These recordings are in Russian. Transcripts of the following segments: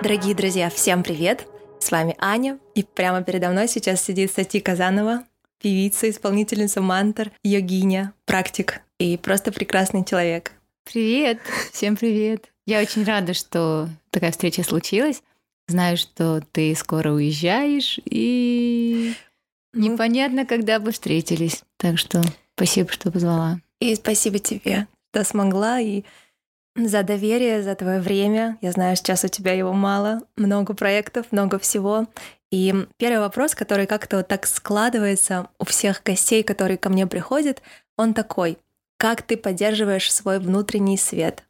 Дорогие друзья, всем привет! С вами Аня, и прямо передо мной сейчас сидит Сати Казанова, певица, исполнительница мантр, йогиня, практик и просто прекрасный человек. Привет! Всем привет! Я очень рада, что такая встреча случилась. Знаю, что ты скоро уезжаешь, и непонятно, когда бы встретились. Так что спасибо, что позвала. И спасибо тебе, что смогла, и за доверие, за твое время. Я знаю, сейчас у тебя его мало, много проектов, много всего. И первый вопрос, который как-то вот так складывается у всех гостей, которые ко мне приходят, он такой: как ты поддерживаешь свой внутренний свет?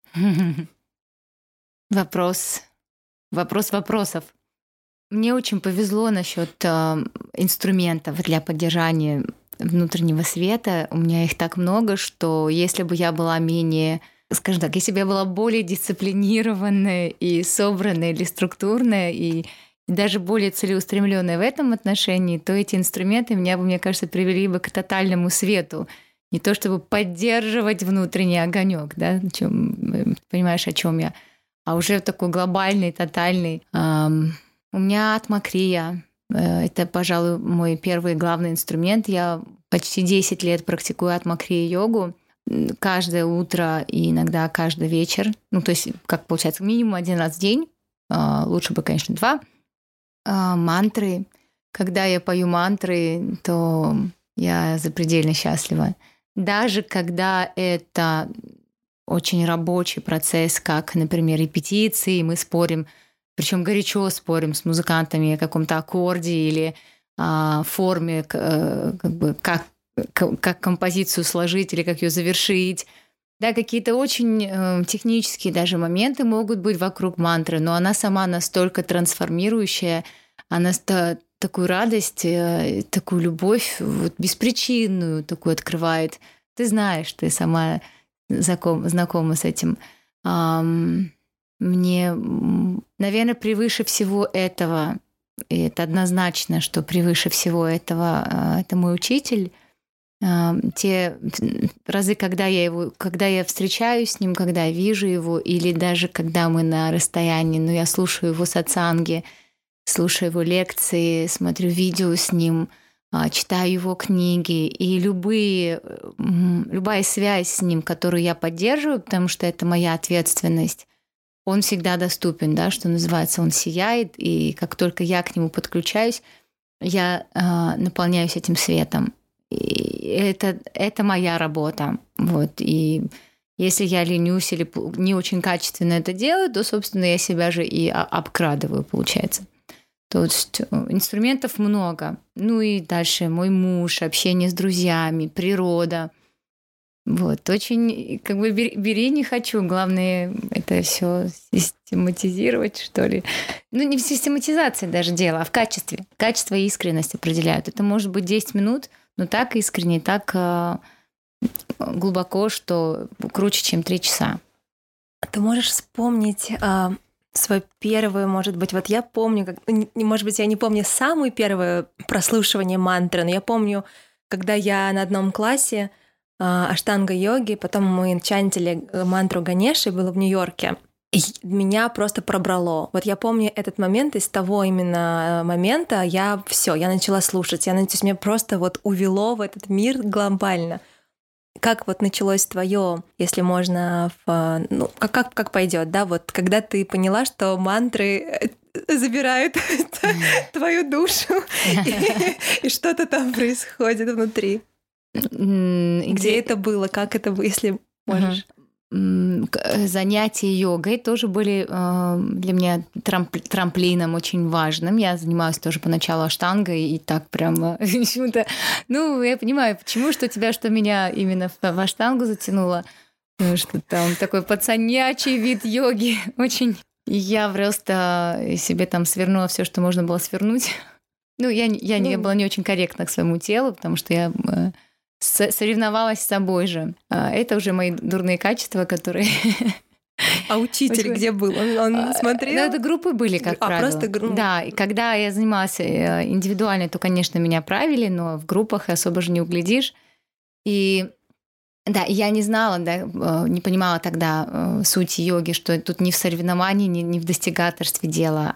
Вопрос вопросов. Мне очень повезло насчет инструментов для поддержания внутреннего света. У меня их так много, что если бы я была менее, скажем так, если бы я была более дисциплинированная и собранная или структурная, и даже более целеустремленная в этом отношении, то эти инструменты меня бы, мне кажется, привели бы к тотальному свету. Не то чтобы поддерживать внутренний огонек, да, понимаешь, о чем я, а уже такой глобальный, тотальный. У меня атмакрия. Это, пожалуй, мой первый главный инструмент. Я почти 10 лет практикую атмакрия-йогу. Каждое утро и иногда каждый вечер. Ну, то есть, как получается, минимум 1 раз в день. Лучше бы, конечно, 2. Мантры. Когда я пою мантры, то я запредельно счастлива. Даже когда это очень рабочий процесс, как, например, репетиции, мы спорим, причем горячо спорим с музыкантами о каком-то аккорде или форме, как композицию сложить или как ее завершить. Да, какие-то очень технические даже моменты могут быть вокруг мантры, но она сама настолько трансформирующая, она такую радость, такую любовь вот, беспричинную такую открывает. Ты знаешь, ты сама знакома с этим. Мне, наверное, превыше всего этого, и это однозначно, что превыше всего этого, это мой учитель. Те разы, когда я встречаюсь с ним, когда я вижу его, или даже когда мы на расстоянии, но я слушаю его сатсанги, слушаю его лекции, смотрю видео с ним, читаю его книги, и любая связь с ним, которую я поддерживаю, потому что это моя ответственность, он всегда доступен, да, что называется, он сияет, и как только я к нему подключаюсь, я наполняюсь этим светом. И это моя работа. Вот. И если я ленюсь или не очень качественно это делаю, то, собственно, я себя же и обкрадываю, получается. То есть инструментов много. Ну и дальше мой муж, общение с друзьями, природа. Вот, очень, как бы, бери не хочу. Главное, это все систематизировать, что ли. Ну, не в систематизации даже дело, а в качестве. Качество и искренность определяют. Это может быть 10 минут, но так искренне, так глубоко, что круче, чем 3 часа. Ты можешь вспомнить свой первый, может быть, вот я помню, может быть, я не помню самое первое прослушивание мантры, но я помню, когда я на одном классе аштанга-йоги, потом мы чантили мантру Ганеши, было в Нью-Йорке, и меня просто пробрало. Вот я помню этот момент, и с того именно момента я начала слушать, то есть меня просто вот увело в этот мир глобально. Как вот началось твое, если можно, как пойдет, да, вот когда ты поняла, что мантры забирают твою душу, и что-то там происходит внутри. Где это было? Как это было, если можешь? Занятия йогой тоже были для меня трамплином очень важным. Я занималась тоже поначалу аштангой, и так прямо почему-то... Ну, я понимаю, почему, что меня именно в аштангу затянуло. Потому что там такой пацанячий вид йоги. Очень... И я просто себе там свернула все, что можно было свернуть. Ну, я была не очень корректна к своему телу, потому что я... соревновалась с собой же. Это уже мои дурные качества, которые... А учитель где был? Он смотрел? Да, это группы были, как правило. Просто... Да, и когда я занималась индивидуально, то, конечно, меня правили, но в группах особо же не углядишь. И Да, я не знала, да, не понимала тогда суть йоги, что тут не в соревновании, не в достигаторстве дело,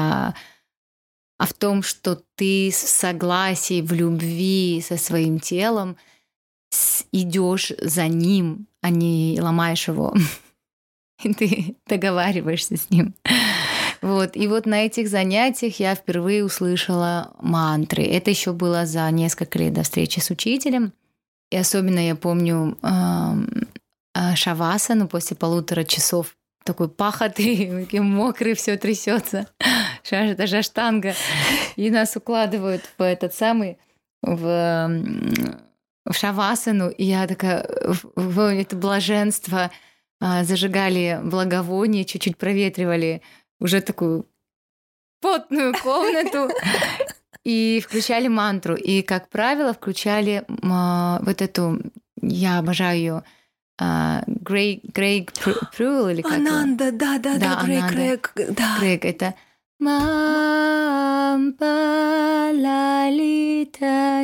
а в том, что ты в согласии, в любви со своим телом идешь за ним, а не ломаешь его. И ты договариваешься с ним. Вот. И вот на этих занятиях я впервые услышала мантры. Это еще было за несколько лет до встречи с учителем. И особенно я помню шавасану после 1,5 часов такой пахоты, мокрый, все трясется. Это же аштанга. И нас укладывают в этот самый, в шавасану. И я такая, это блаженство, зажигали благовоние, чуть-чуть проветривали уже такую потную комнату. И включали мантру. И, как правило, включали вот эту, я обожаю ее, Грейг Прюэлл или как Ананда, да, Грейг, да. Грейг, это Мампа Лалита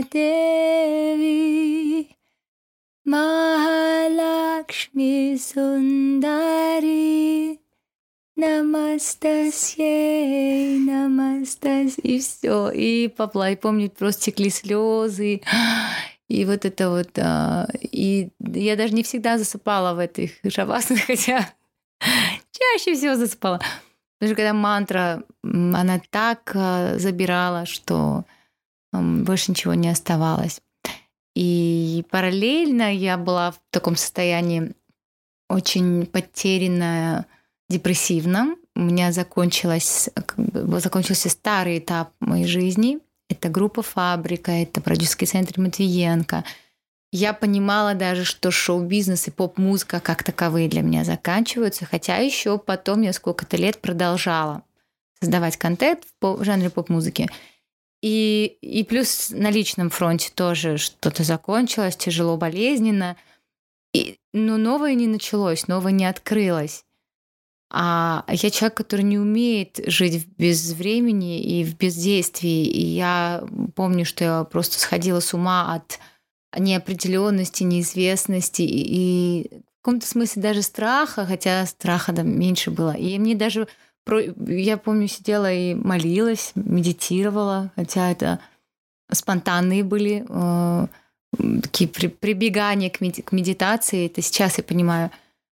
Деви Махалакшми Сундари Намастасьей, и все. И попла, и помню, просто текли слезы. И вот это вот. И я даже не всегда засыпала в этих шавасанах, хотя чаще всего засыпала. Потому что когда мантра, она так забирала, что больше ничего не оставалось. И параллельно я была в таком состоянии очень потерянная, депрессивном. У меня закончился старый этап моей жизни. Это группа «Фабрика», это продюсерский центр Матвиенко. Я понимала даже, что шоу-бизнес и поп-музыка как таковые для меня заканчиваются, хотя еще потом я сколько-то лет продолжала создавать контент в жанре поп-музыки. И плюс на личном фронте тоже что-то закончилось, тяжело, болезненно. Но новое не началось, новое не открылось. А я человек, который не умеет жить в безвремени и в бездействии. И я помню, что я просто сходила с ума от неопределенности, неизвестности и в каком-то смысле даже страха, хотя страха там меньше было. И мне даже... Я помню, сидела и молилась, медитировала, хотя это спонтанные были такие прибегания к медитации. Это сейчас я понимаю.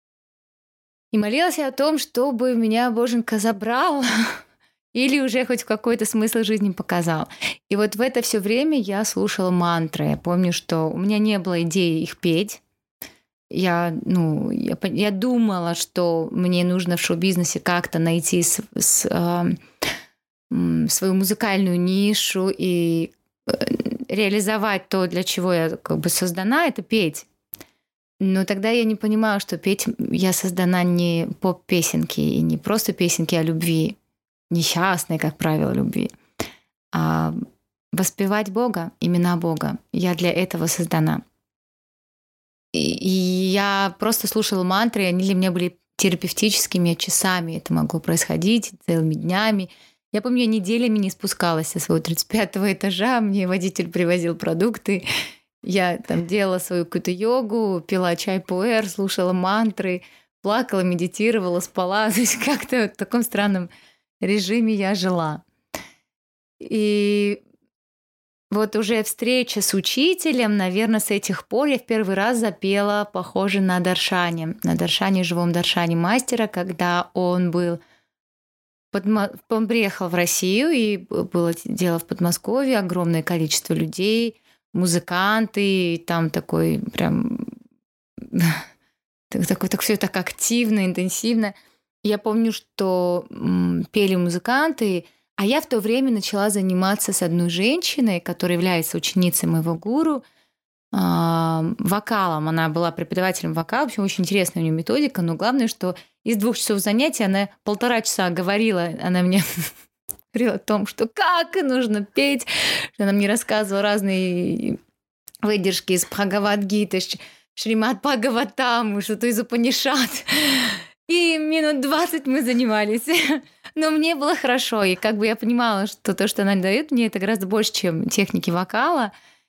И молилась я о том, чтобы меня Боженька забрал или уже хоть какой-то смысл жизни показал. И вот в это все время я слушала мантры. Я помню, что у меня не было идеи их петь. Я думала, что мне нужно в шоу-бизнесе как-то найти свою музыкальную нишу и реализовать то, для чего я как бы создана, это петь. Но тогда я не понимала, что петь я создана не поп-песенки, и не просто песенки о любви, несчастной, как правило, любви, а воспевать Бога, имена Бога. Я для этого создана. И я просто слушала мантры, и они для меня были терапевтическими часами. Это могло происходить целыми днями. Я помню, я неделями не спускалась со своего 35-го этажа, мне водитель привозил продукты, я там делала свою какую-то йогу, пила чай-пуэр, слушала мантры, плакала, медитировала, спала. То есть как-то в таком странном режиме я жила. И вот уже встреча с учителем, наверное, с этих пор я в первый раз запела похоже на даршане, живом даршане мастера, когда он приехал в Россию, и было дело в Подмосковье, огромное количество людей, музыканты, и там такой прям так все так активно, интенсивно. Я помню, что пели музыканты, а я в то время начала заниматься с одной женщиной, которая является ученицей моего гуру, вокалом. Она была преподавателем вокала. В общем, очень интересная у нее методика, но главное, что из 2 часов занятий она 1,5 часа говорила, она мне говорила о том, что как нужно петь, что она мне рассказывала разные выдержки из Бхагавад-гиты, Шримад Бхагаватам, что-то из Упанишад. И минут 20 мы занимались. Но мне было хорошо, и как бы я понимала, что то, что она дает мне, это гораздо больше, чем техники вокала.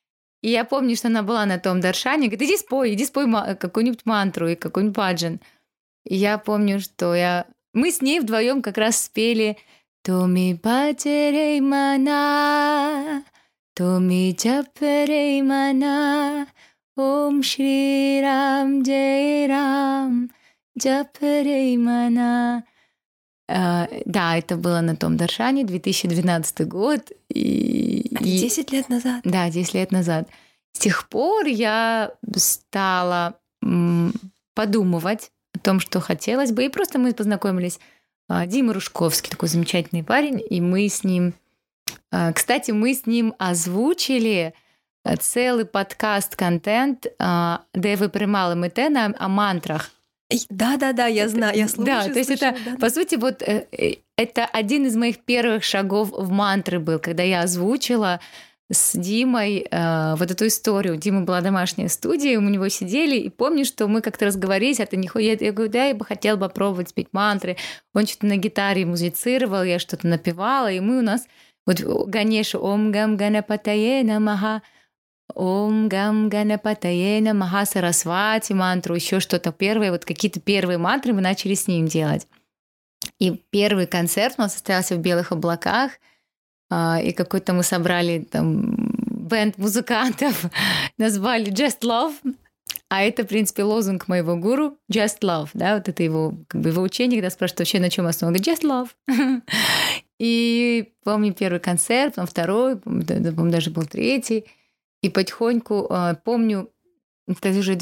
И я помню, что она была на том даршане, говорит, иди спой какую-нибудь мантру и какой-нибудь баджан. И я помню, что мы с ней вдвоем как раз спели «Томи патерей мана, томи чаперей мана, ом Шри Рам Джей Рам, джаперей мана». Да, это было на том даршане, 2012 год. Это 10 лет назад? Да, 10 лет назад. С тех пор я стала подумывать о том, что хотелось бы. И просто мы познакомились. Дима Рушковский, такой замечательный парень, и мы с ним... Кстати, мы с ним озвучили целый подкаст-контент Девы Премалы Метена о мантрах. Да, я знаю, я слушаю. Да, то есть это, по сути, вот это один из моих первых шагов в мантры был, когда я озвучила с Димой вот эту историю. У Димы была домашняя студия, мы у него сидели, и помню, что мы как-то разговорились, я говорю, да, я бы хотела попробовать спеть мантры. Он что-то на гитаре музицировал, я что-то напевала, и мы у нас вот Ганеша Ом Гам Ганапатае Намаха, Ом Гам Ганапатае Намаха Сарасвати мантру, еще что-то первое, вот какие-то первые мантры мы начали с ним делать. И первый концерт у нас состоялся в Белых облаках, и какой-то мы собрали там бэнд музыкантов, назвали Just Love, а это, в принципе, лозунг моего гуру Just Love, да, вот это его, как бы его учение, когда спрашивают вообще, на чем основан, он говорит Just Love. И помню первый концерт, потом второй, помню, даже был третий, и потихоньку помню, это уже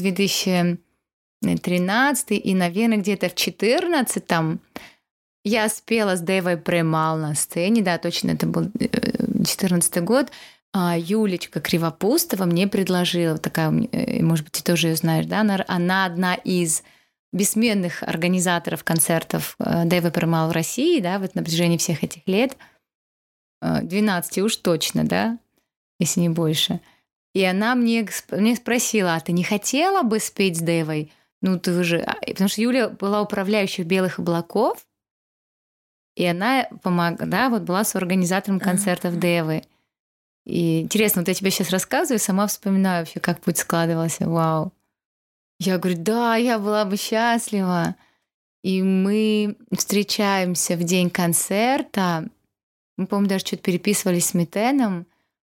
2013, и, наверное, где-то в 2014 я спела с Девой Премал на сцене, да, точно, это был 2014 год. Юлечка Кривопустова мне предложила, такая, может быть, ты тоже ее знаешь, да, она одна из бессменных организаторов концертов Девы Премал в России, да, вот на протяжении всех этих лет, 12 уж точно, да, если не больше. И она мне спросила, а ты не хотела бы спеть с Девой? Ну, ты уже... Потому что Юля была управляющей Белых облаков, и она да, вот была соорганизатором концертов Девы. И интересно, вот я тебе сейчас рассказываю, сама вспоминаю вообще, как путь складывался. Вау. Я говорю, да, я была бы счастлива. И мы встречаемся в день концерта. Мы, по-моему, даже что-то переписывались с Метеном.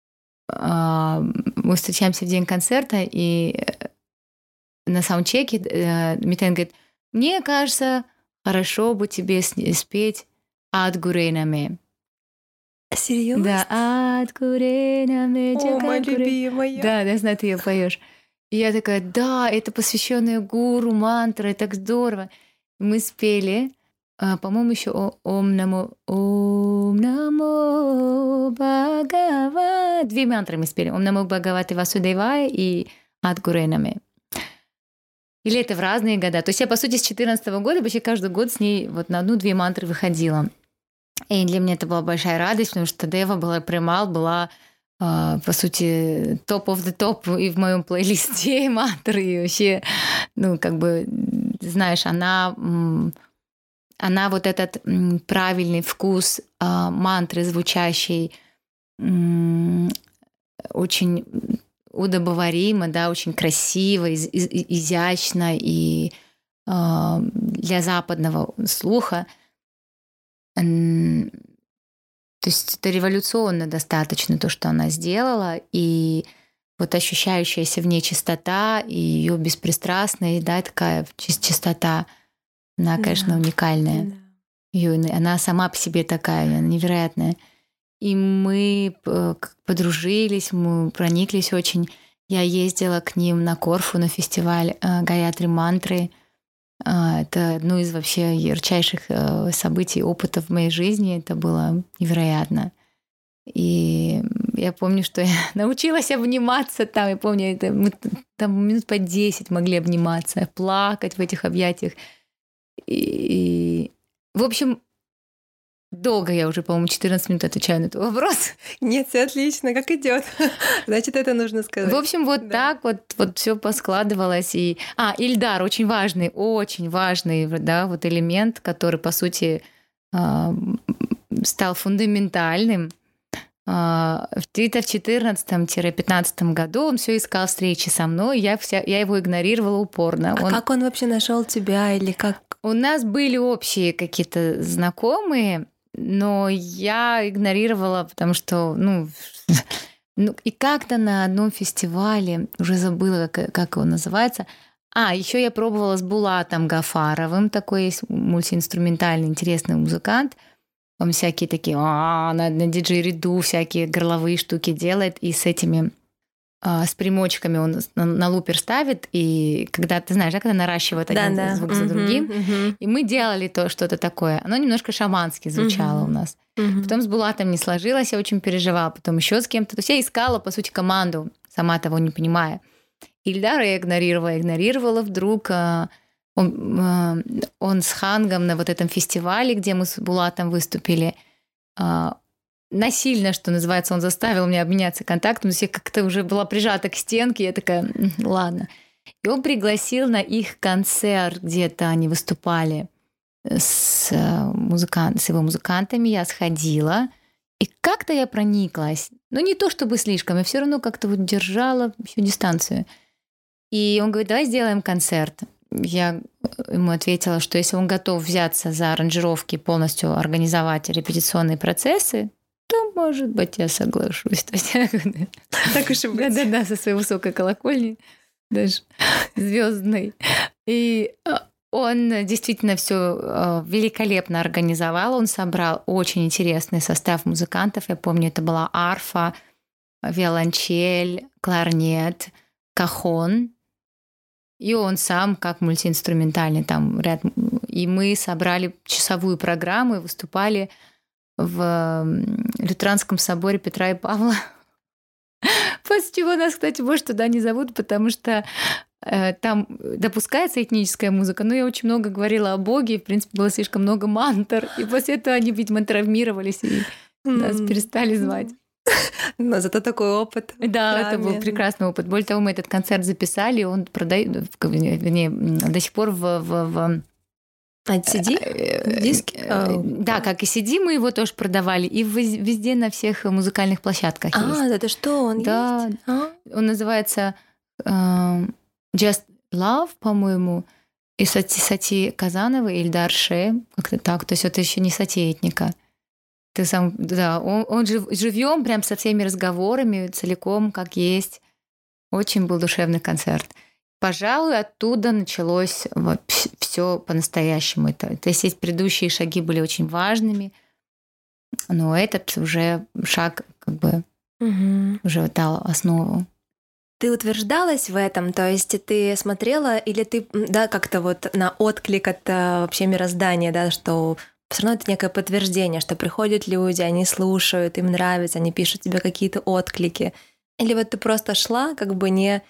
Мы встречаемся в день концерта, и на саундчеке Метен говорит, мне кажется, хорошо бы тебе спеть «Ад Гурейнаме». Серьезно? Да, «Ад Гурейнаме». О, моя любимая. Да, я знаю, ты ее поешь. И я такая, да, это посвященная гуру, мантра, так здорово. Мы спели, по-моему, еще Ом Намо Бхагава. 2 мантры мы спели. Ом Намо Бхагавати Васудевая и Ад Гурейнаме. Или это в разные года. То есть я, по сути, с 2014 года почти каждый год с ней вот на 1-2 мантры выходила. И для меня это была большая радость, потому что Дева Премал была, по сути, топ of the top и в моем плейлисте мантры. И вообще, ну, как бы, знаешь, она вот этот правильный вкус мантры звучащей очень удобоваримо, да, очень красиво, изящно и для западного слуха. То есть это революционно достаточно то, что она сделала, и вот ощущающаяся в ней чистота и ее беспристрастная, да, такая чистота, она, конечно, уникальная. Она сама по себе такая, она невероятная. И мы подружились, мы прониклись очень. Я ездила к ним на Корфу на фестиваль Гаятри Мантры. Это одно из вообще ярчайших событий, опытов в моей жизни. Это было невероятно. И я помню, что я научилась обниматься там. Я помню, мы там минут по 10 могли обниматься, плакать в этих объятиях. И в общем, долго я уже, по-моему, 14 минут отвечаю на этот вопрос. Нет, все отлично, как идет. Значит, это нужно сказать. В общем, вот да. Так вот все поскладывалось. И Ильдар очень важный, да, вот элемент, который, по сути, стал фундаментальным где-то в 2014-2015 году он все искал встречи со мной, я его игнорировала упорно. Как он вообще нашел тебя или как? У нас были общие какие-то знакомые, но я игнорировала, потому что, и как-то на одном фестивале, уже забыла, как его называется. Еще я пробовала с Булатом Гафаровым, такой есть мультиинструментальный интересный музыкант. Он всякие такие на диджей-ряду всякие горловые штуки делает, и с этими с примочками он на лупер ставит, и когда, ты знаешь, когда наращивает один звук за другим. И мы делали что-то такое. Оно немножко шамански звучало у нас. Потом с Булатом не сложилось, я очень переживала. Потом еще с кем-то. То есть я искала, по сути, команду, сама того не понимая. Ильдара я игнорировала. Вдруг он с Хангом на вот этом фестивале, где мы с Булатом выступили, насильно, что называется, он заставил меня обменяться контактом. То есть я как-то уже была прижата к стенке, я такая, ладно. И он пригласил на их концерт, где-то они выступали с его музыкантами, я сходила, и как-то я прониклась. Не то чтобы слишком, я все равно как-то держала еще дистанцию. И он говорит, давай сделаем концерт. Я ему ответила, что если он готов взяться за аранжировки, полностью организовать репетиционные процессы, то, может быть, я соглашусь. Так уж и быть. Да, со своей высокой колокольни, даже звездной. И он действительно все великолепно организовал. Он собрал очень интересный состав музыкантов. Я помню, это была арфа, виолончель, кларнет, кахон. И он сам, как мультиинструментальный там ряд. И мы собрали часовую программу и выступали в Лютеранском соборе Петра и Павла. После чего нас, кстати, больше туда не зовут, потому что там допускается этническая музыка, но я очень много говорила о Боге, и, в принципе, было слишком много мантр, и после этого они, видимо, травмировались и нас перестали звать. Но зато такой опыт. Да, это был прекрасный опыт. Более того, мы этот концерт записали, он продает, до сих пор в CD? Диски? Да, как и CD, мы его тоже продавали. И везде на всех музыкальных площадках есть. Это что, он есть? Он называется Just Love, по-моему, и Сати Казанова, и Ильдар Ше. Как-то так. То есть это еще не Сати Этника. Ты сам, да, он живьем прям со всеми разговорами, целиком, как есть. Очень был душевный концерт. Пожалуй, оттуда началось все по-настоящему. То есть предыдущие шаги были очень важными, но этот уже шаг как бы уже дал основу. Ты утверждалась в этом? То есть ты смотрела или ты как-то на отклик от вообще мироздания, да, что все равно это некое подтверждение, что приходят люди, они слушают, им нравится, они пишут тебе какие-то отклики. Или ты просто шла, как бы не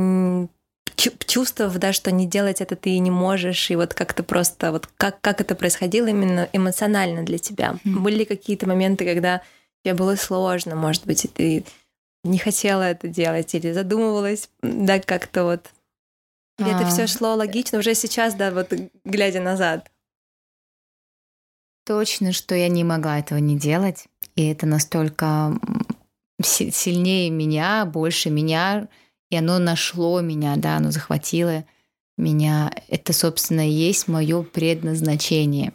чувствовав, да, что не делать это ты не можешь, и как-то просто как это происходило именно эмоционально для тебя? Были ли какие-то моменты, когда тебе было сложно, может быть, и ты не хотела это делать, или задумывалась, да, как-то Или это все шло логично уже сейчас, да, глядя назад? Точно, что я не могла этого не делать, и это настолько сильнее меня, больше меня, и оно нашло меня, да, оно захватило меня. Это, собственно, и есть мое предназначение.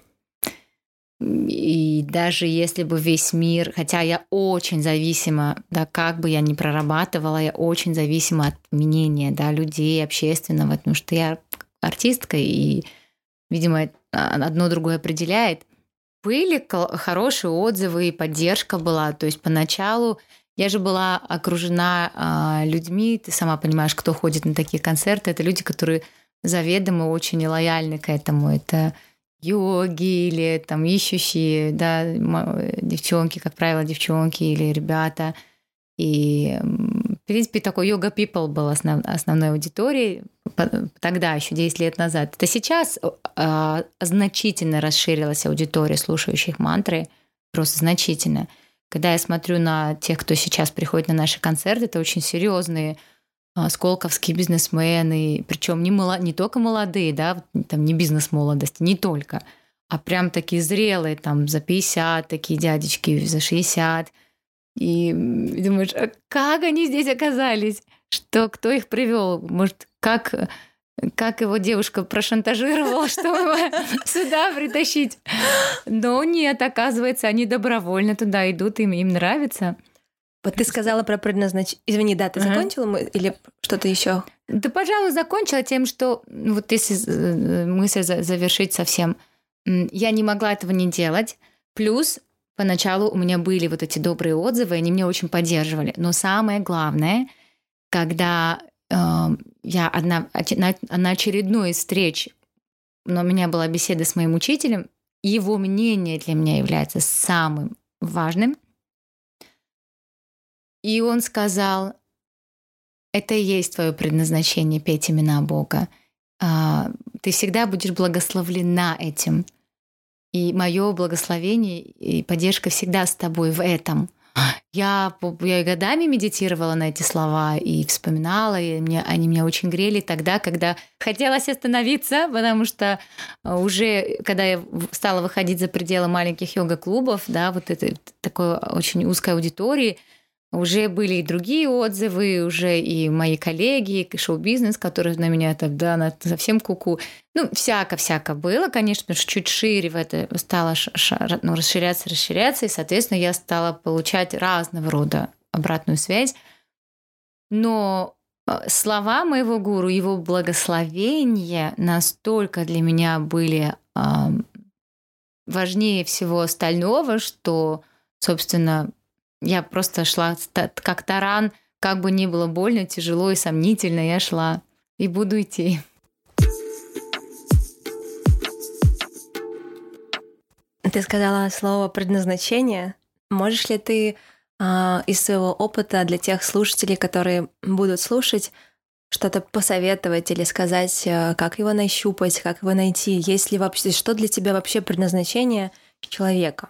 И даже если бы весь мир, хотя я очень зависима, да, как бы я ни прорабатывала, я очень зависима от мнения, да, людей, общественного, потому что я артистка, и, видимо, одно другое определяет. Были хорошие отзывы, и поддержка была. То есть поначалу я же была окружена людьми, ты сама понимаешь, кто ходит на такие концерты. Это люди, которые заведомо очень лояльны к этому. Это йоги или там ищущие, да, девчонки, как правило, девчонки или ребята. И, в принципе, такой йога-пипл был основной аудиторией тогда, еще 10 лет назад. Это сейчас значительно расширилась аудитория слушающих мантры, просто значительно. Когда я смотрю на тех, кто сейчас приходит на наши концерты, это очень серьезные сколковские бизнесмены, причем не только молодые, да, там не бизнес-молодости, не только, а прям такие зрелые, там за 50, такие дядечки за 60. И думаешь, а как они здесь оказались? Кто их привел? Может, как его девушка прошантажировала, чтобы сюда притащить? Но нет, оказывается, они добровольно туда идут, им нравится. Вот ты сказала про предназначение. Извини, да, ты закончила или что-то еще? Да, пожалуй, закончила тем, что вот если мысль завершить совсем, я не могла этого не делать. Плюс поначалу у меня были вот эти добрые отзывы, они меня очень поддерживали. Но самое главное, когда я на очередной из встреч, но у меня была беседа с моим учителем, его мнение для меня является самым важным. И он сказал, это и есть твое предназначение, петь имена Бога. Ты всегда будешь благословлена этим. И мое благословение и поддержка всегда с тобой в этом. Я и годами медитировала на эти слова и вспоминала, и они меня очень грели тогда, когда хотелось остановиться, потому что уже, когда я стала выходить за пределы маленьких йога-клубов, да, вот это такой очень узкой аудитории, уже были и другие отзывы, уже и мои коллеги, и шоу-бизнес, который на меня тогда совсем куку. Ну, всяко было, конечно, потому что чуть шире в это стало расширяться, и, соответственно, я стала получать разного рода обратную связь. Но слова моего гуру, его благословения настолько для меня были важнее всего остального, что, собственно, я просто шла как таран, как бы ни было больно, тяжело и сомнительно, я шла и буду идти. Ты сказала слово «предназначение». Можешь ли ты из своего опыта для тех слушателей, которые будут слушать, что-то посоветовать или сказать, как его нащупать, как его найти? Есть ли вообще, что для тебя вообще предназначение человека?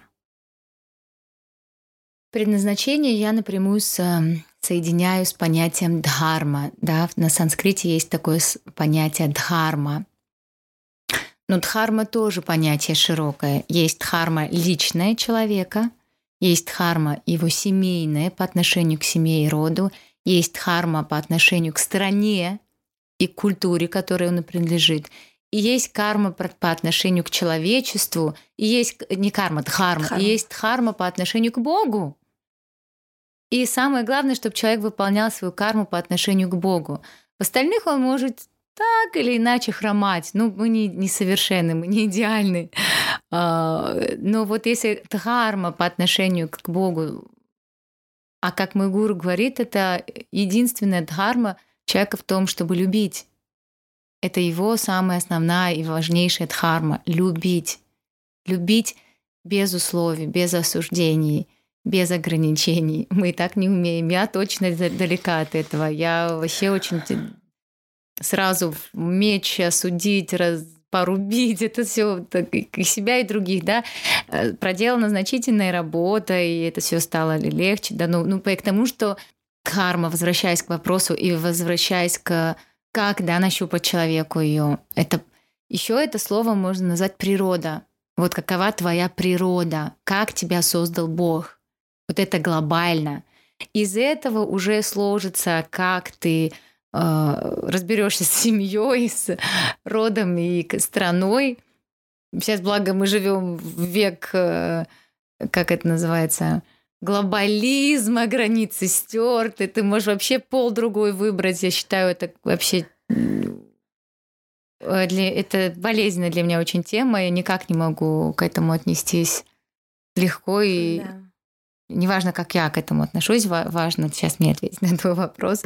Предназначение я напрямую соединяю с понятием дхарма. Да? На санскрите есть такое понятие дхарма. Но дхарма тоже понятие широкое. Есть дхарма личная человека, есть дхарма его семейная по отношению к семье и роду, есть дхарма по отношению к стране и к культуре, которой он принадлежит. И есть карма по отношению к человечеству, и есть не карма, дхарма. И есть дхарма по отношению к Богу. И самое главное, чтобы человек выполнял свою карму по отношению к Богу. В остальных он может так или иначе хромать. Ну, мы не совершенны, мы не идеальны. Но вот если дхарма по отношению к Богу, а как мой гуру говорит, это единственная дхарма человека в том, чтобы любить. Это его самая основная и важнейшая дхарма — любить. Любить без условий, без осуждений, без ограничений. Мы и так не умеем. Я точно далека от этого. Я вообще очень сразу в меч осудить, порубить. Это все и себя, и других. Да? Проделана значительная работа, и это все стало легче. Да? Ну, к тому, что карма, возвращаясь к вопросу и возвращаясь к как, да, нащупать человеку ее. Еще это слово можно назвать природа. Вот какова твоя природа, как тебя создал Бог. Вот это глобально. Из этого уже сложится, как ты разберешься с семьей, с родом и страной. Сейчас, благо, мы живем в век, как это называется, глобализма, границы стерты. Ты можешь вообще пол другой выбрать. Я считаю, это вообще это болезненная для меня очень тема. Я никак не могу к этому отнестись легко и неважно, как я к этому отношусь, важно сейчас мне ответить на твой вопрос.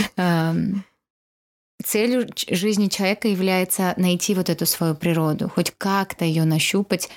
Целью жизни человека является найти вот эту свою природу, хоть как-то ее нащупать.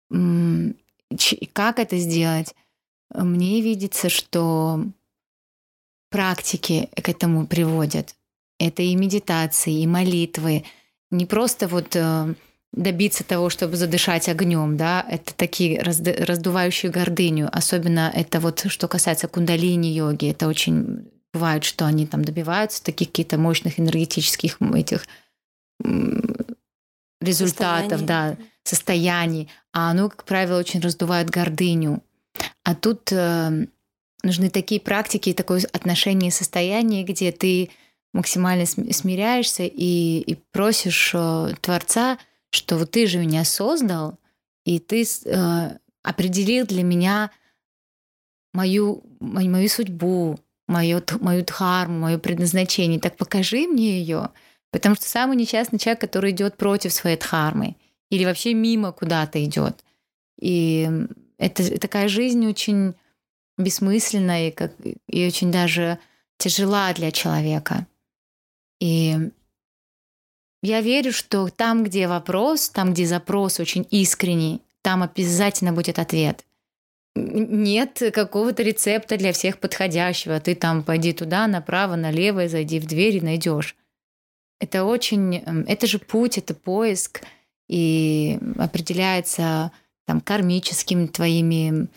Как это сделать? Мне видится, что практики к этому приводят. Это и медитации, и молитвы. Не просто вот добиться того, чтобы задышать огнем, да, это такие раздувающие гордыню. Особенно это вот что касается кундалини-йоги. Это очень бывает, что они там добиваются таких каких-то мощных энергетических этих результатов, состояний. А оно, как правило, очень раздувает гордыню. А тут нужны такие практики, такое отношение и состояние, где ты максимально смиряешься и просишь Творца, что вот ты же меня создал, и ты определил для меня мою судьбу, мою дхарму, мое предназначение. Так покажи мне ее, потому что самый несчастный человек, который идет против своей дхармы или вообще мимо куда-то идет. И это такая жизнь очень бессмысленная и очень даже тяжела для человека. И я верю, что там, где вопрос, там, где запрос очень искренний, там обязательно будет ответ. Нет какого-то рецепта для всех подходящего. Ты там пойди туда, направо, налево, зайди в дверь и найдешь. Это же путь, это поиск, и определяется там кармическими твоими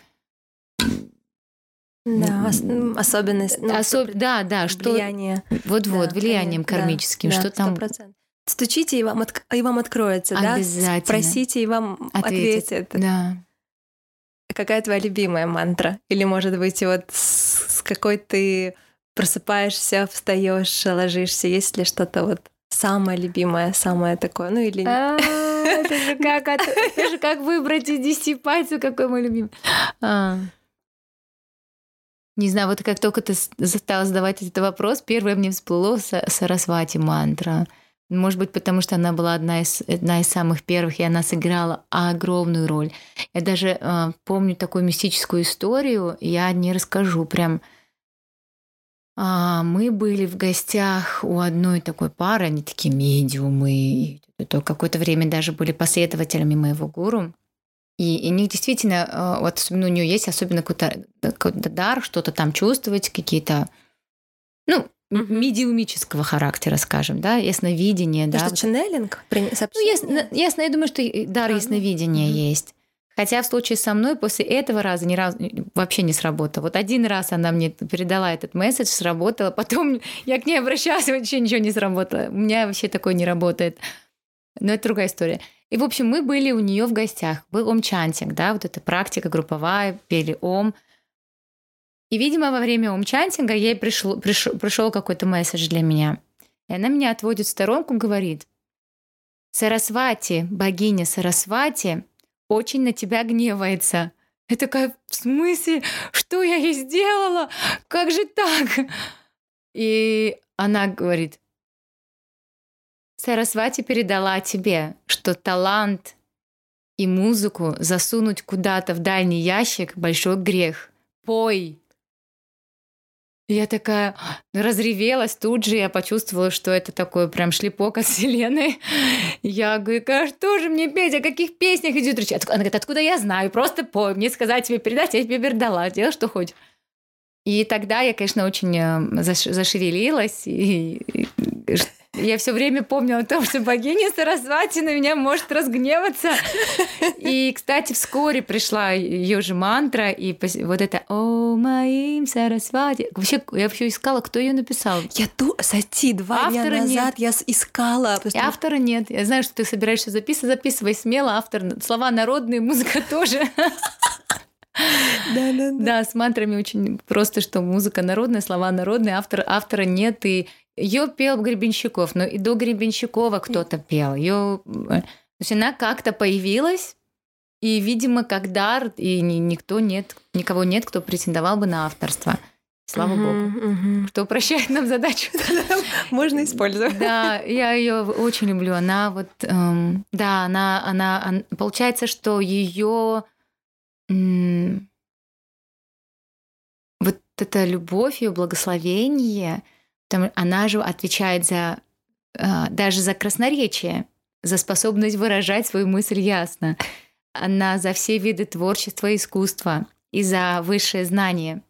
особенность, влияние. Влиянием кармическим, что там. 100%. Стучите, и вам откроется, обязательно. Да? Спросите, и вам ответят. Да. Какая твоя любимая мантра? Или, может быть, вот с какой ты просыпаешься, встаешь, ложишься? Есть ли что-то вот самое любимое, самое такое? Ну или... Это же как выбрать из 10 пальцев, какой мой любимый. Не знаю, вот как только ты стала задавать этот вопрос, первое мне всплыло Сарасвати мантра. Может быть, потому что она была одна из самых первых, и она сыграла огромную роль. Я даже помню такую мистическую историю, я не расскажу прям. Мы были в гостях у одной такой пары, они такие медиумы, и какое-то время даже были последователями моего гуру. И у них действительно, вот особенно у нее есть особенно какой-то дар, что-то там чувствовать, какие-то, медиумического характера, скажем, да, ясновидение. Да, что ченнелинг? Ясно, я думаю, что дар ясновидения есть. Хотя в случае со мной после этого раза ни разу вообще не сработало. Вот один раз она мне передала этот месседж, сработало, потом я к ней обращалась, вообще ничего не сработало. У меня вообще такое не работает. Но это другая история. И, в общем, мы были у нее в гостях. Был ом-чантинг, да, вот эта практика групповая, пели ом. И, видимо, во время ом-чантинга ей пришел какой-то месседж для меня. И она меня отводит в сторонку и говорит: Сарасвати, богиня Сарасвати, очень на тебя гневается. Я такая: в смысле? Что я ей сделала? Как же так? И она говорит: Сарасвати передала тебе, что талант и музыку засунуть куда-то в дальний ящик — большой грех. Пой! И я такая разревелась тут же, я почувствовала, что это такой прям шлепок от вселенной. Я говорю: что же мне петь, о каких песнях идет речь? Она говорит: откуда я знаю, просто пой, мне сказать тебе передать, я тебе передала, делай, что хочешь. И тогда я, конечно, очень зашевелилась, и я все время помнила о том, что богиня Сарасвати на меня может разгневаться. И, кстати, вскоре пришла ее же мантра, и вот это «О моим Сарасвати». Вообще, я вообще искала, кто ее написал. Кстати, 2 дня назад я искала. И автора нет. Я знаю, что ты собираешься записывай смело. Автор, слова народные, музыка тоже. Да, с мантрами очень просто, что музыка народная, слова народные, автора нет, и ее пел Гребенщиков, но и до Гребенщикова кто-то пел. То есть она как-то появилась, и, видимо, как дар, и никого нет, кто претендовал бы на авторство. Слава Богу. Что упрощает нам задачу. Можно использовать. Да, я ее очень люблю. Она вот, она получается, что ее вот эта любовь, ее благословение, она же отвечает даже за красноречие, за способность выражать свою мысль ясно. Она за все виды творчества и искусства и за высшее знание.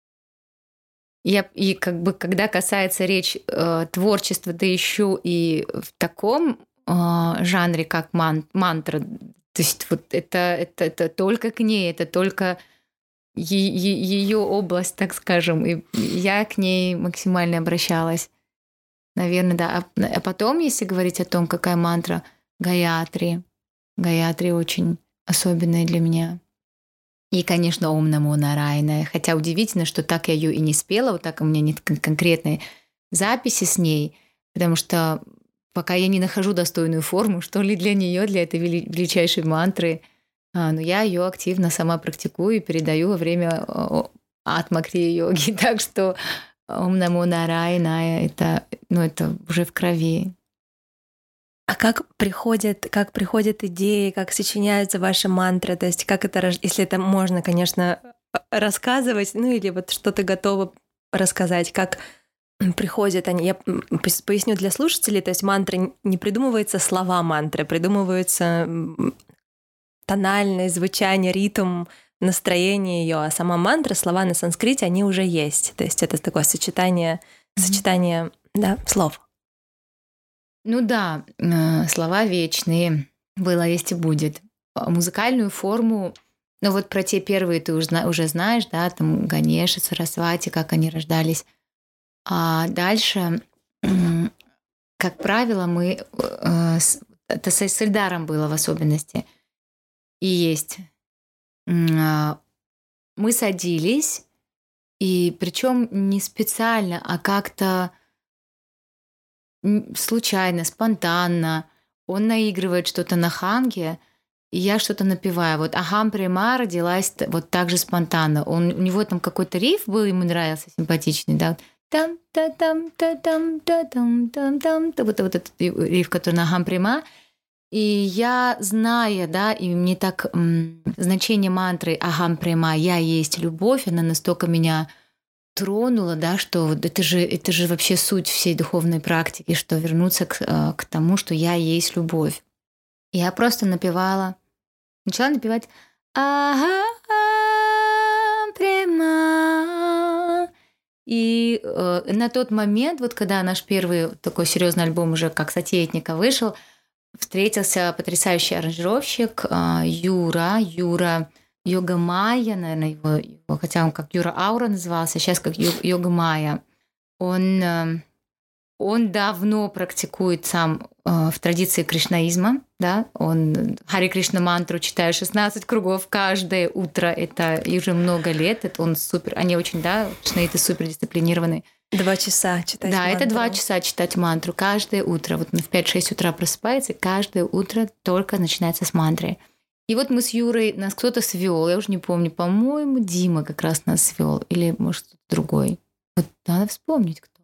И как бы, когда касается речь творчества, да еще и в таком жанре, как мантра, то есть вот это только к ней, это только ее область, так скажем, и я к ней максимально обращалась. Наверное, да. А потом, если говорить о том, какая мантра, Гаятри. Гаятри очень особенная для меня. И, конечно, Ом Намо Нараяна. Хотя удивительно, что так я ее и не спела, вот так у меня нет конкретной записи с ней, потому что пока я не нахожу достойную форму, что ли для нее, для этой величайшей мантры, но я ее активно сама практикую и передаю во время атма-крия-йоги. Так что Ом Намо Нараяна это уже в крови. А как приходят идеи, как сочиняются ваши мантры? То есть как это, если это можно, конечно, рассказывать, или вот что ты готова рассказать, как приходят они? Я поясню для слушателей, то есть мантры не придумываются слова мантры, придумываются тональность, звучание, ритм, настроение ее, а сама мантра, слова на санскрите, они уже есть. То есть это такое сочетание слов. Ну да, слова вечные, было, есть и будет. Музыкальную форму, вот про те первые ты уже знаешь, да, там Ганеша, Сарасвати, как они рождались. А дальше, как правило, это с Эльдаром было в особенности, и есть. Мы садились, и причем не специально, а как-то случайно, спонтанно. Он наигрывает что-то на ханге, и я что-то напеваю. Вот Ахам Према родилась вот так же спонтанно. У него там какой-то риф был, ему нравился, симпатичный, да. Там-та-там-та-там-та-там-та-там. Вот этот риф, который на Ахам Према. И я, зная, да, и мне так значение мантры Ахам Према, я есть любовь, она настолько меня тронула, да, что это же вообще суть всей духовной практики, что вернуться к тому, что я есть любовь. Я просто начала напевать Ахам Према. И на тот момент, вот когда наш первый такой серьезный альбом уже как Сатиэтника вышел, встретился потрясающий аранжировщик Юра Йогамая, наверное, его, хотя он как Юра Аура назывался, сейчас как Йогамая. Он давно практикует сам в традиции кришнаизма, да, он Хари Кришна мантру читает 16 кругов каждое утро, это уже много лет, это он супер, они очень, да, кришнаиты супер дисциплинированные. 2 часа читать мантру. Да, это 2 часа читать мантру каждое утро. Вот он в 5-6 утра просыпается, и каждое утро только начинается с мантры. И вот мы с Юрой, нас кто-то свел, я уже не помню, по-моему, Дима как раз нас свел, или, может, кто-то другой. Вот надо вспомнить, кто.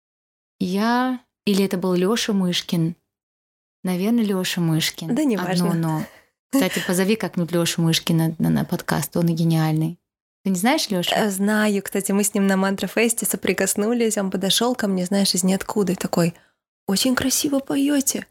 Или это был Лёша Мышкин. Наверное, Лёша Мышкин. Да, неважно. Но. Кстати, позови как-нибудь Лёшу Мышкина на подкаст, он и гениальный. Ты не знаешь Лёшу? Знаю, кстати, мы с ним на Мантра-фесте соприкоснулись, он подошел ко мне, знаешь, из ниоткуда, и такой: очень красиво поете.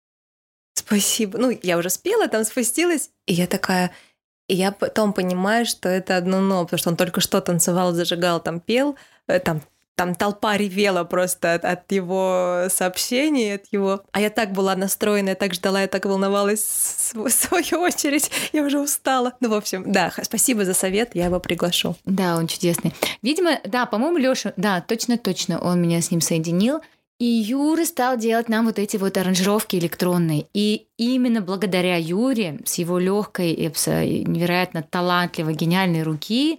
Спасибо. Я уже спела, там спустилась, и я такая... И я потом понимаю, что это одно «но», потому что он только что танцевал, зажигал, там пел, там толпа ревела просто от его сообщений, от его... А я так была настроена, я так ждала, я так волновалась в свою очередь, я уже устала. В общем, да, спасибо за совет, я его приглашу. Да, он чудесный. Видимо, да, по-моему, Лёша, да, точно, он меня с ним соединил. И Юра стал делать нам вот эти вот аранжировки электронные. И именно благодаря Юре с его легкой, невероятно талантливой, гениальной руки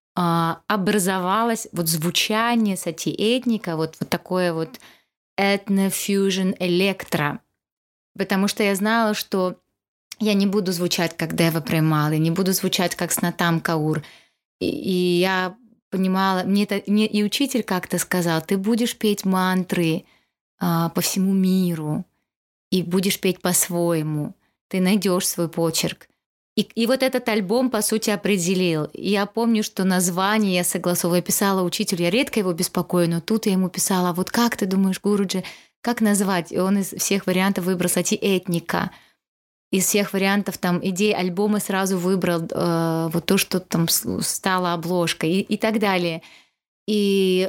образовалось вот звучание сати-этника, вот такое вот этно-фьюжн электро. Потому что я знала, что я не буду звучать как Дева Премал, я не буду звучать как Снатам Каур. И я понимала, мне и учитель как-то сказал: ты будешь петь мантры по всему миру и будешь петь по-своему, ты найдешь свой почерк. И вот этот альбом, по сути, определил. И я помню, что название я согласовывала, я писала учителю, я редко его беспокою, но тут я ему писала: вот как ты думаешь, Гуруджи, как назвать? И он из всех вариантов выбрал сати-этника. Из всех вариантов там идей альбома сразу выбрал вот то, что там стало обложкой и так далее. И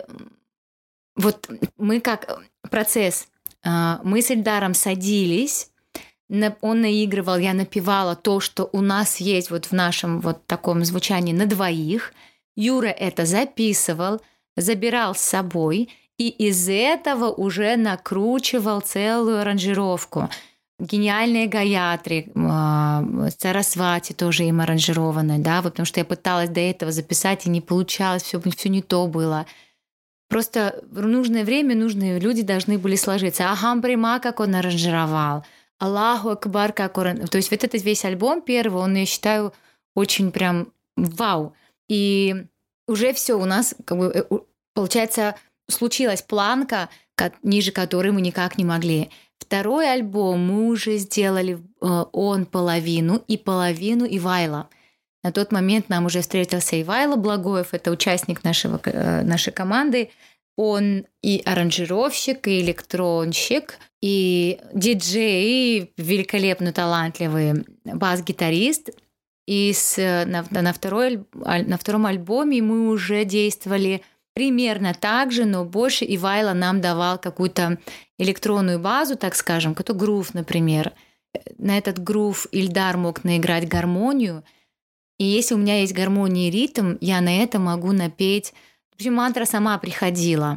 вот мы как процесс, мы с Эльдаром садились, он наигрывал, я напевала то, что у нас есть вот в нашем вот таком звучании на двоих. Юра это записывал, забирал с собой и из этого уже накручивал целую аранжировку. гениальные Гаятри, Сарасвати тоже им аранжированная, да, вот потому что я пыталась до этого записать, и не получалось, все не то было. Просто в нужное время нужные люди должны были сложиться. Ахам Прима, как он аранжировал, Аллаху Акбар, как он... То есть вот этот весь альбом первый, он, я считаю, очень прям вау. И уже все у нас, как бы, получается, случилась планка, ниже которой мы никак не могли. Второй альбом мы уже сделали он половину Ивайла. На тот момент нам уже встретился Ивайло Благоев, это участник нашей команды. Он и аранжировщик, и электронщик, и диджей, и великолепно талантливый бас-гитарист. И на втором альбоме мы уже действовали примерно так же, но больше Ивайло нам давал какую-то электронную базу, так скажем, какой-то грув, например. На этот грув Ильдар мог наиграть гармонию. И если у меня есть гармония и ритм, я на это могу напеть. В общем, мантра сама приходила.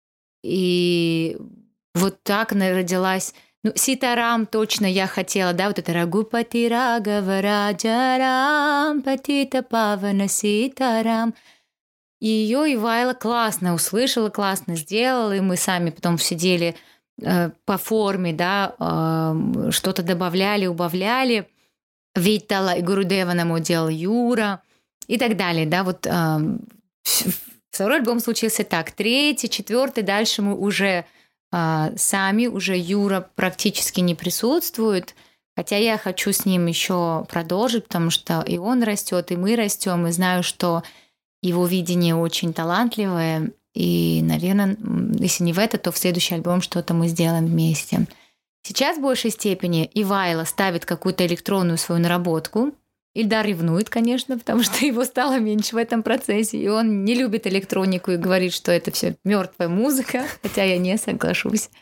И вот так она родилась. Ну, Ситарам точно я хотела, да, вот это Рагупати Рагавараджарам, Патита Павана Ситарам. И ее Ивайла классно услышала, классно сделала, и мы сами потом сидели по форме, да, что-то добавляли, убавляли. Витала и Гурудева нам делал Юра и так далее, да, вот второй альбом случился так, третий, четвертый, дальше мы уже сами, уже Юра практически не присутствует, хотя я хочу с ним еще продолжить, потому что и он растет, и мы растем, и знаю, что его видение очень талантливое, и, наверное, если не в этот, то в следующий альбом что-то мы сделаем вместе. Сейчас в большей степени Ивайло ставит какую-то электронную свою наработку. Ильдар ревнует, конечно, потому что его стало меньше в этом процессе, и он не любит электронику и говорит, что это все мертвая музыка, хотя я не соглашусь.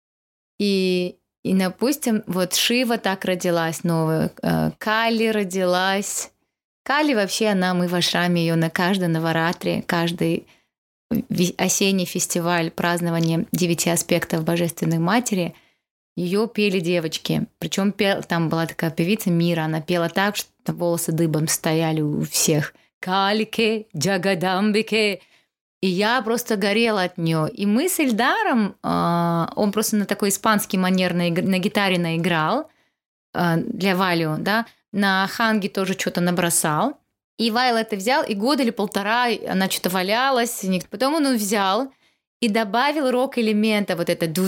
И допустим, вот Шива так родилась новая, Кали родилась. Кали вообще мы в ашраме ее на каждой наваратре, каждый осенний фестиваль празднования 9 аспектов Божественной Матери – ее пели девочки. Причем там была такая певица Мира, она пела так, что волосы дыбом стояли у всех. Калике, Джагадамбике. И я просто горела от нее. И мы с Ильдаром, он просто на такой испанский манер на гитаре наиграл для Валио, да, на ханге тоже что-то набросал. И Вайл это взял, и год или полтора она что-то валялась. Потом он взял и добавил рок-элемента, вот это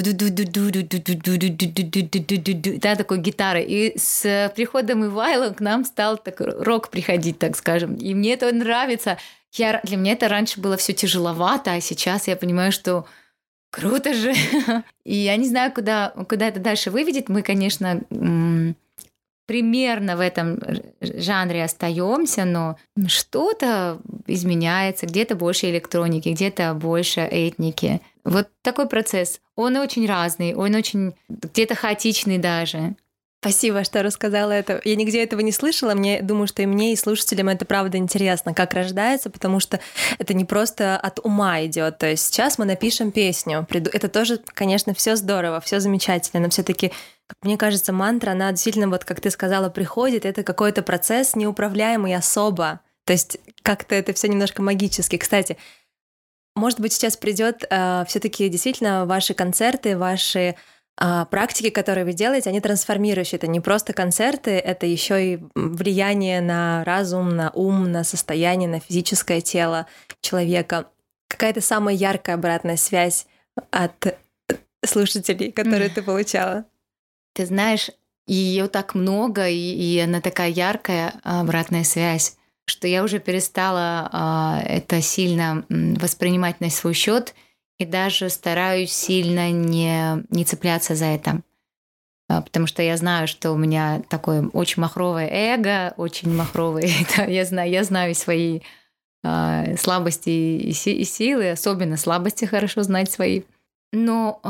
да, такой гитары. И с приходом Ивайла к нам стал такой рок приходить, так скажем. И мне это нравится. Для меня это раньше было все тяжеловато, а сейчас я понимаю, что круто же. И я не знаю, куда это дальше выведет. Мы, конечно, примерно в этом жанре остаемся, но что-то изменяется, где-то больше электроники, где-то больше этники. Вот такой процесс. Он очень разный, он очень где-то хаотичный даже. Спасибо, что рассказала это. Я нигде этого не слышала. Думаю, что и мне, и слушателям это правда интересно, как рождается, потому что это не просто от ума идет. То есть сейчас мы напишем песню. Это тоже, конечно, все здорово, все замечательно, но все-таки, как мне кажется, мантра, она действительно, вот как ты сказала, приходит. Это какой-то процесс неуправляемый особо. То есть как-то это все немножко магически. Кстати, может быть, сейчас придет все-таки действительно ваши концерты, ваши практики, которые вы делаете, они трансформирующие. Это не просто концерты, это еще и влияние на разум, на ум, на состояние, на физическое тело человека. Какая-то самая яркая обратная связь от слушателей, которые ты получала? Ты знаешь, ее так много, и она такая яркая, обратная связь, что я уже перестала это сильно воспринимать на свой счет. И даже стараюсь сильно не цепляться за это. Потому что я знаю, что у меня такое очень махровое эго, очень махровое. Я знаю свои слабости и силы, особенно слабости хорошо знать свои. Но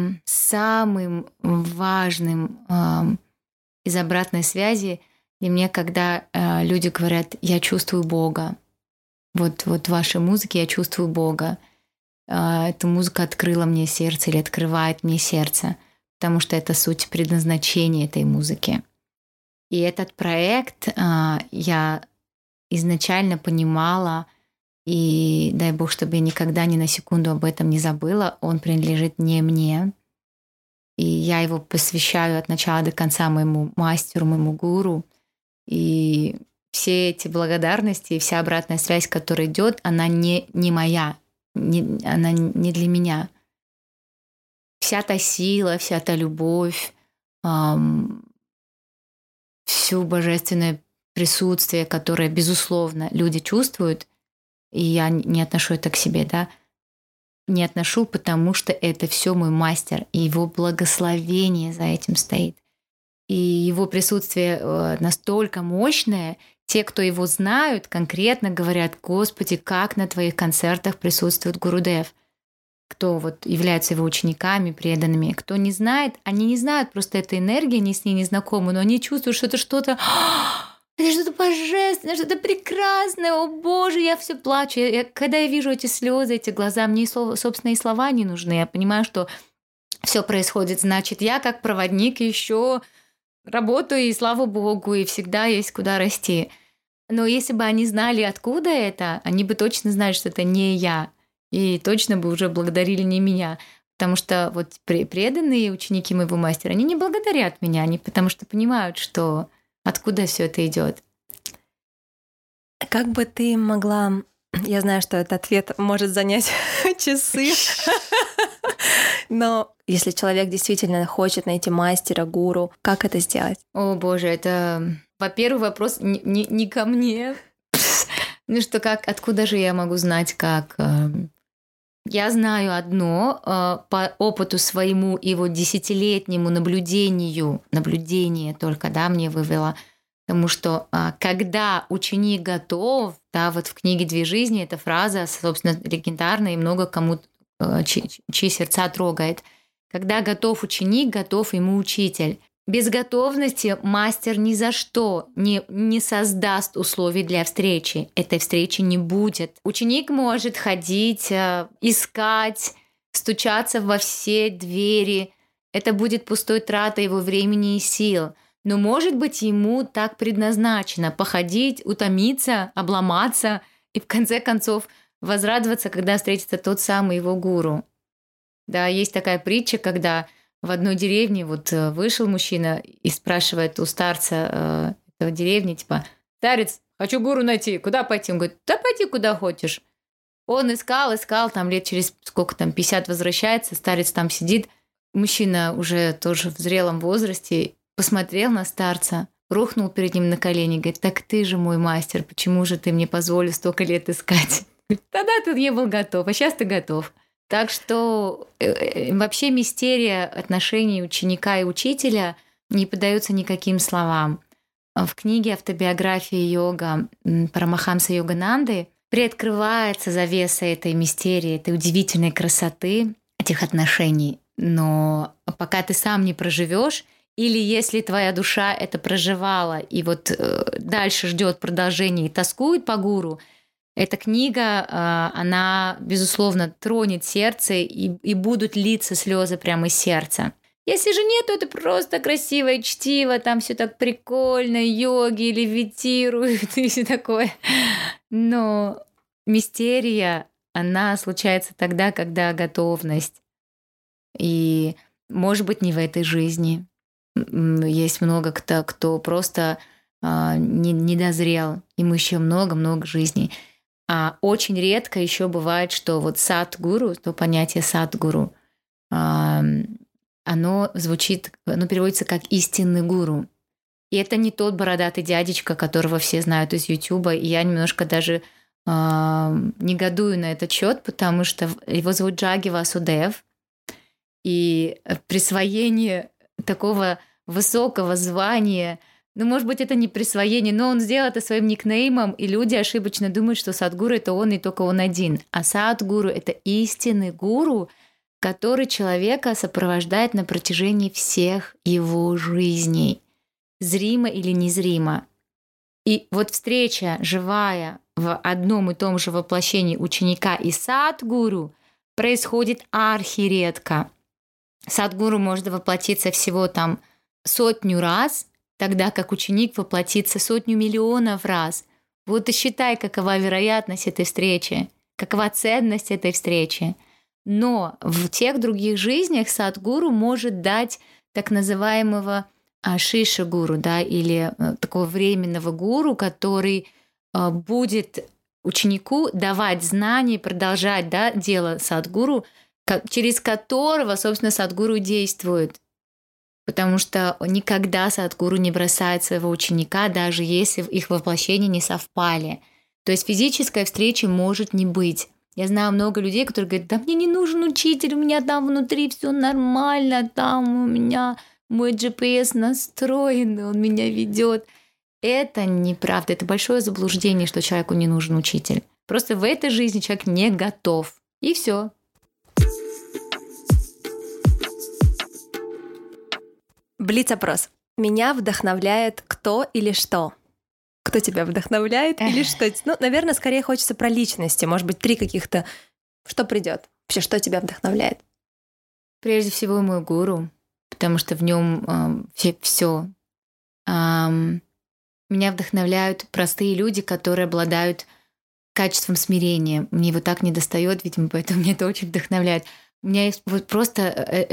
самым важным из обратной связи для меня, когда люди говорят: «Я чувствую Бога». Вот в вашей музыке я чувствую Бога. Эта музыка открыла мне сердце или открывает мне сердце. потому что это суть предназначения этой музыки. И этот проект я изначально понимала, и дай бог, чтобы я никогда ни на секунду об этом не забыла, он принадлежит не мне. И я его посвящаю от начала до конца моему мастеру, моему гуру. И все эти благодарности и вся обратная связь, которая идет, она не моя, она не для меня. Вся та сила, вся та любовь, всё божественное присутствие, которое, безусловно, люди чувствуют, и я не отношу это к себе, да, не отношу, потому что это все мой мастер, и его благословение за этим стоит. И его присутствие настолько мощное, те, кто его знают, конкретно говорят: «Господи, как на твоих концертах присутствует Гурудев». Кто вот являются его учениками, преданными. Кто не знает, они не знают просто этой энергии, они с ней не знакомы, но они чувствуют, что это что-то божественное, что-то прекрасное. О Боже, я все плачу. Когда я вижу эти слезы, эти глаза, мне, собственно, и слова не нужны. Я понимаю, что все происходит. Значит, я как проводник еще работаю, и слава Богу, и всегда есть куда расти. Но если бы они знали, откуда это, они бы точно знали, что это не я. И точно бы уже благодарили не меня. Потому что вот преданные ученики моего мастера, они не благодарят меня, они потому что понимают, что откуда все это идет. Как бы ты могла... Я знаю, что этот ответ может занять часы, но если человек действительно хочет найти мастера, гуру, как это сделать? О боже, это, во-первых, вопрос не ко мне. Ну что, откуда же я могу знать, как... Я знаю одно по опыту своему и вот десятилетнему наблюдение только, да, мне вывело, потому что когда ученик готов, да, вот в книге «Две жизни» эта фраза, собственно, легендарная и много кому чьи сердца трогает. Когда готов ученик, готов ему учитель. Без готовности мастер ни за что не создаст условий для встречи. Этой встречи не будет. Ученик может ходить, искать, стучаться во все двери. Это будет пустой тратой его времени и сил. Но, может быть, ему так предназначено походить, утомиться, обломаться и, в конце концов, возрадоваться, когда встретится тот самый его гуру. Да, есть такая притча, когда в одной деревне вот вышел мужчина и спрашивает у старца этого деревни, типа: «Старец, хочу гуру найти, куда пойти?» Он говорит: «Да пойди куда хочешь». Он искал, там лет через 50 возвращается, старец там сидит, мужчина уже тоже в зрелом возрасте, посмотрел на старца, рухнул перед ним на колени, говорит: «Так ты же мой мастер, почему же ты мне позволил столько лет искать?» Тогда ты не был готов, а сейчас ты готов. Так что вообще мистерия отношений ученика и учителя не поддается никаким словам. В книге «Автобиография йога» Парамахамса Йогананды приоткрывается завеса этой мистерии, этой удивительной красоты этих отношений. Но пока ты сам не проживешь, или если твоя душа это проживала и вот дальше ждет продолжения и тоскует по гуру, эта книга, она, безусловно, тронет сердце, и будут литься слезы прямо из сердца. Если же нет, то это просто красивое чтиво, там все так прикольно, йоги левитируют и все такое. Но мистерия, она случается тогда, когда готовность. И, может быть, не в этой жизни. Есть много кто просто не дозрел. Ему еще много-много жизней. А очень редко еще бывает, что вот садгуру, то понятие садгуру, оно звучит, оно переводится как истинный гуру. И это не тот бородатый дядечка, которого все знают из Ютуба. И я немножко даже негодую на этот счет, потому что его зовут Джаги Васудев. И присвоение такого высокого звания, ну, может быть, это не присвоение, но он сделал это своим никнеймом, и люди ошибочно думают, что садгуру — это он и только он один. А садгуру — это истинный гуру, который человека сопровождает на протяжении всех его жизней, зримо или незримо. И вот встреча живая в одном и том же воплощении ученика и садгуру происходит архиредко. Садгуру может воплотиться всего там 100 раз, тогда как ученик воплотится 100 миллионов раз. Вот и считай, какова вероятность этой встречи, какова ценность этой встречи. Но в тех других жизнях садгуру может дать так называемого шиша-гуру, да, или такого временного гуру, который будет ученику давать знания, продолжать, да, дело садгуру, через которого, собственно, садгуру действует. Потому что никогда садгуру не бросает своего ученика, даже если их воплощения не совпали. То есть физической встречи может не быть. Я знаю много людей, которые говорят: да мне не нужен учитель, у меня там внутри все нормально, там у меня мой GPS настроен, он меня ведет. Это неправда, это большое заблуждение, что человеку не нужен учитель. Просто в этой жизни человек не готов. И все. Блиц-опрос. Меня вдохновляет кто или что? Кто тебя вдохновляет или что? Ну, наверное, скорее хочется про личности. Может быть, 3 каких-то. Что придет? Вообще, что тебя вдохновляет? Прежде всего, мой гуру, потому что в нем все. Меня вдохновляют простые люди, которые обладают качеством смирения. Мне его так недостает, видимо, поэтому меня это очень вдохновляет. У меня есть вот просто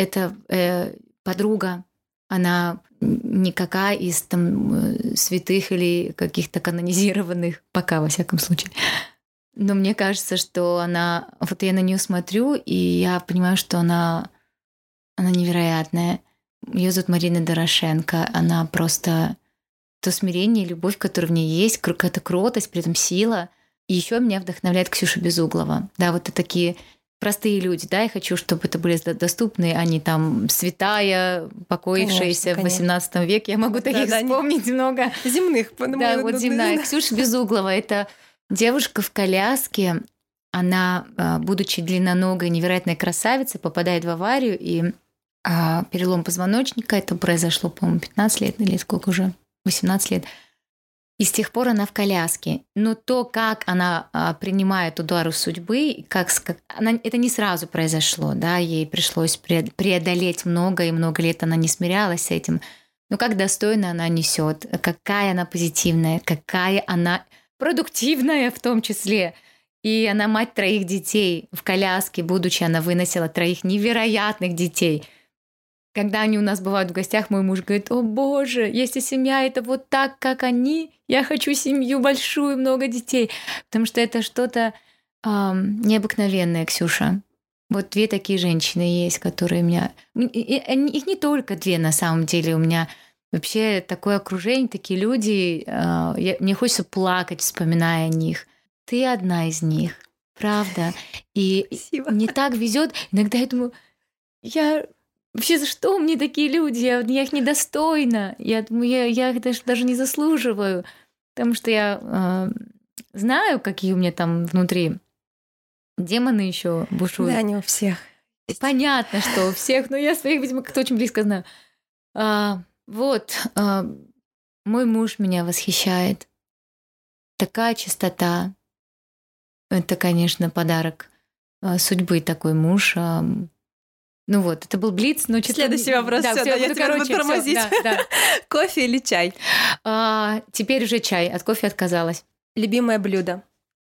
это подруга. Она никакая из там святых или каких-то канонизированных, пока, во всяком случае. Но мне кажется, что она... Вот я на нее смотрю, и я понимаю, что она невероятная. Ее зовут Марина Дорошенко. Она просто... То смирение, любовь, которая в ней есть, какая-то кротость, при этом сила. И еще меня вдохновляет Ксюша Безуглова. Да, вот это такие... простые люди, да, я хочу, чтобы это были доступны, а не там святая, покоившаяся в 18 веке. Я могу таких вспомнить много. Земных. Да, вот земная. Ксюша Безуглова — это девушка в коляске. Она, будучи длинноногой, невероятная красавица, попадает в аварию, и перелом позвоночника. Это произошло, по-моему, 15 лет, или сколько уже? 18 лет. И с тех пор она в коляске. Но то, как она принимает удары судьбы, это не сразу произошло, да, ей пришлось преодолеть много, и много лет она не смирялась с этим. Но как достойно она несет, какая она позитивная, какая она продуктивная в том числе. И она мать 3 детей в коляске, будучи, она выносила 3 невероятных детей. Когда они у нас бывают в гостях, мой муж говорит: о боже, если семья это вот так, как они, я хочу семью большую, много детей. Потому что это что-то необыкновенное, Ксюша. Вот 2 такие женщины есть, которые меня... Их не только 2 на самом деле. У меня вообще такое окружение, такие люди. Мне хочется плакать, вспоминая о них. Ты одна из них, правда. И Спасибо. Мне так везет. Иногда я думаю, вообще, за что мне такие люди? Я их недостойна. Я думаю, я их даже не заслуживаю. Потому что я знаю, какие у меня там внутри демоны еще бушуют. Да, не у всех. Понятно, что у всех, но я своих, видимо, как-то очень близко знаю. Мой муж меня восхищает. Такая чистота. Это, конечно, подарок судьбы, такой муж. Ну вот, это был блиц, но... Следующий вопрос. Да, всё, я тебя буду тормозить. Да. Кофе или чай? Теперь уже чай. От кофе отказалась. Любимое блюдо?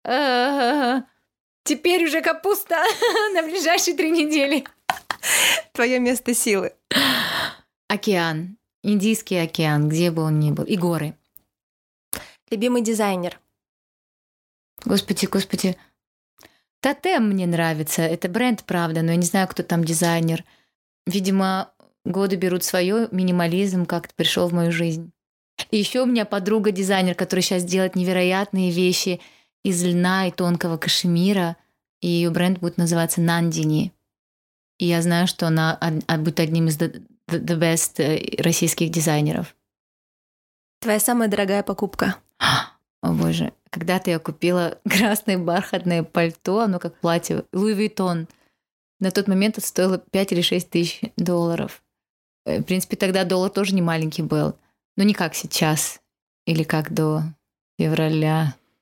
Теперь уже капуста на ближайшие 3 недели. Твое место силы? Океан. Индийский океан, где бы он ни был. И горы. Любимый дизайнер? Господи. Тотем мне нравится. Это бренд, правда, но я не знаю, кто там дизайнер. Видимо, годы берут свое, минимализм как-то пришел в мою жизнь. И еще у меня подруга дизайнер, которая сейчас делает невероятные вещи из льна и тонкого кашемира. И ее бренд будет называться Нандини. И я знаю, что она будет одним из the best российских дизайнеров. Твоя самая дорогая покупка? О боже, когда-то я купила красное бархатное пальто, оно как платье, Луи Vuitton. На тот момент это стоило 5 или 6 тысяч долларов. В принципе, тогда доллар тоже не маленький был. Но не как сейчас или как до февраля.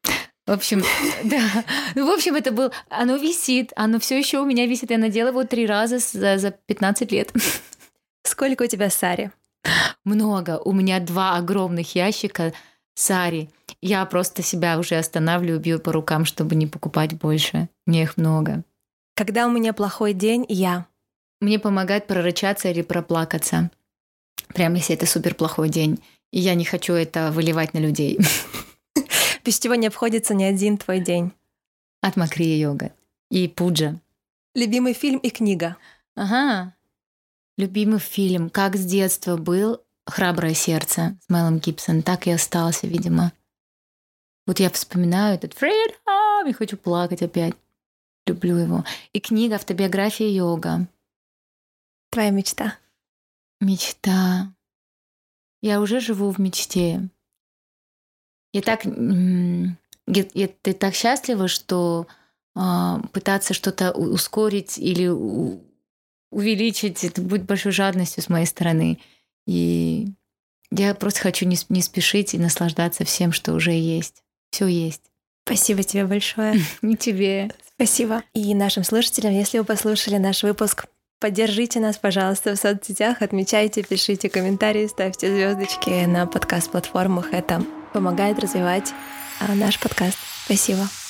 В общем, да. Ну, в общем, это был... Оно висит, оно все еще у меня висит. Я надела его 3 раза за 15 лет. Сколько у тебя сари? Много. У меня 2 огромных ящика сари. Я просто себя уже останавливаю, бью по рукам, чтобы не покупать больше. Мне их много. Когда у меня плохой день, Мне помогает прорычаться или проплакаться. Прям если это супер плохой день. И я не хочу это выливать на людей. Без чего не обходится ни один твой день? От Макрия йога. И пуджа. Любимый фильм и книга? Ага. Любимый фильм, как с детства был «Храброе сердце» с Мелом Гибсон. Так и остался, видимо. Вот я вспоминаю этот «Freedom» и хочу плакать опять. Люблю его. И книга «Автобиография йога». Твоя мечта? Мечта. Я уже живу в мечте. Я так счастлива, что пытаться что-то ускорить или увеличить, это будет большой жадностью с моей стороны. И я просто хочу не спешить и наслаждаться всем, что уже есть. Все есть. Спасибо тебе большое. И тебе. Спасибо. И нашим слушателям, если вы послушали наш выпуск, поддержите нас, пожалуйста, в соцсетях, отмечайте, пишите комментарии, ставьте звездочки на подкаст-платформах. Это помогает развивать наш подкаст. Спасибо.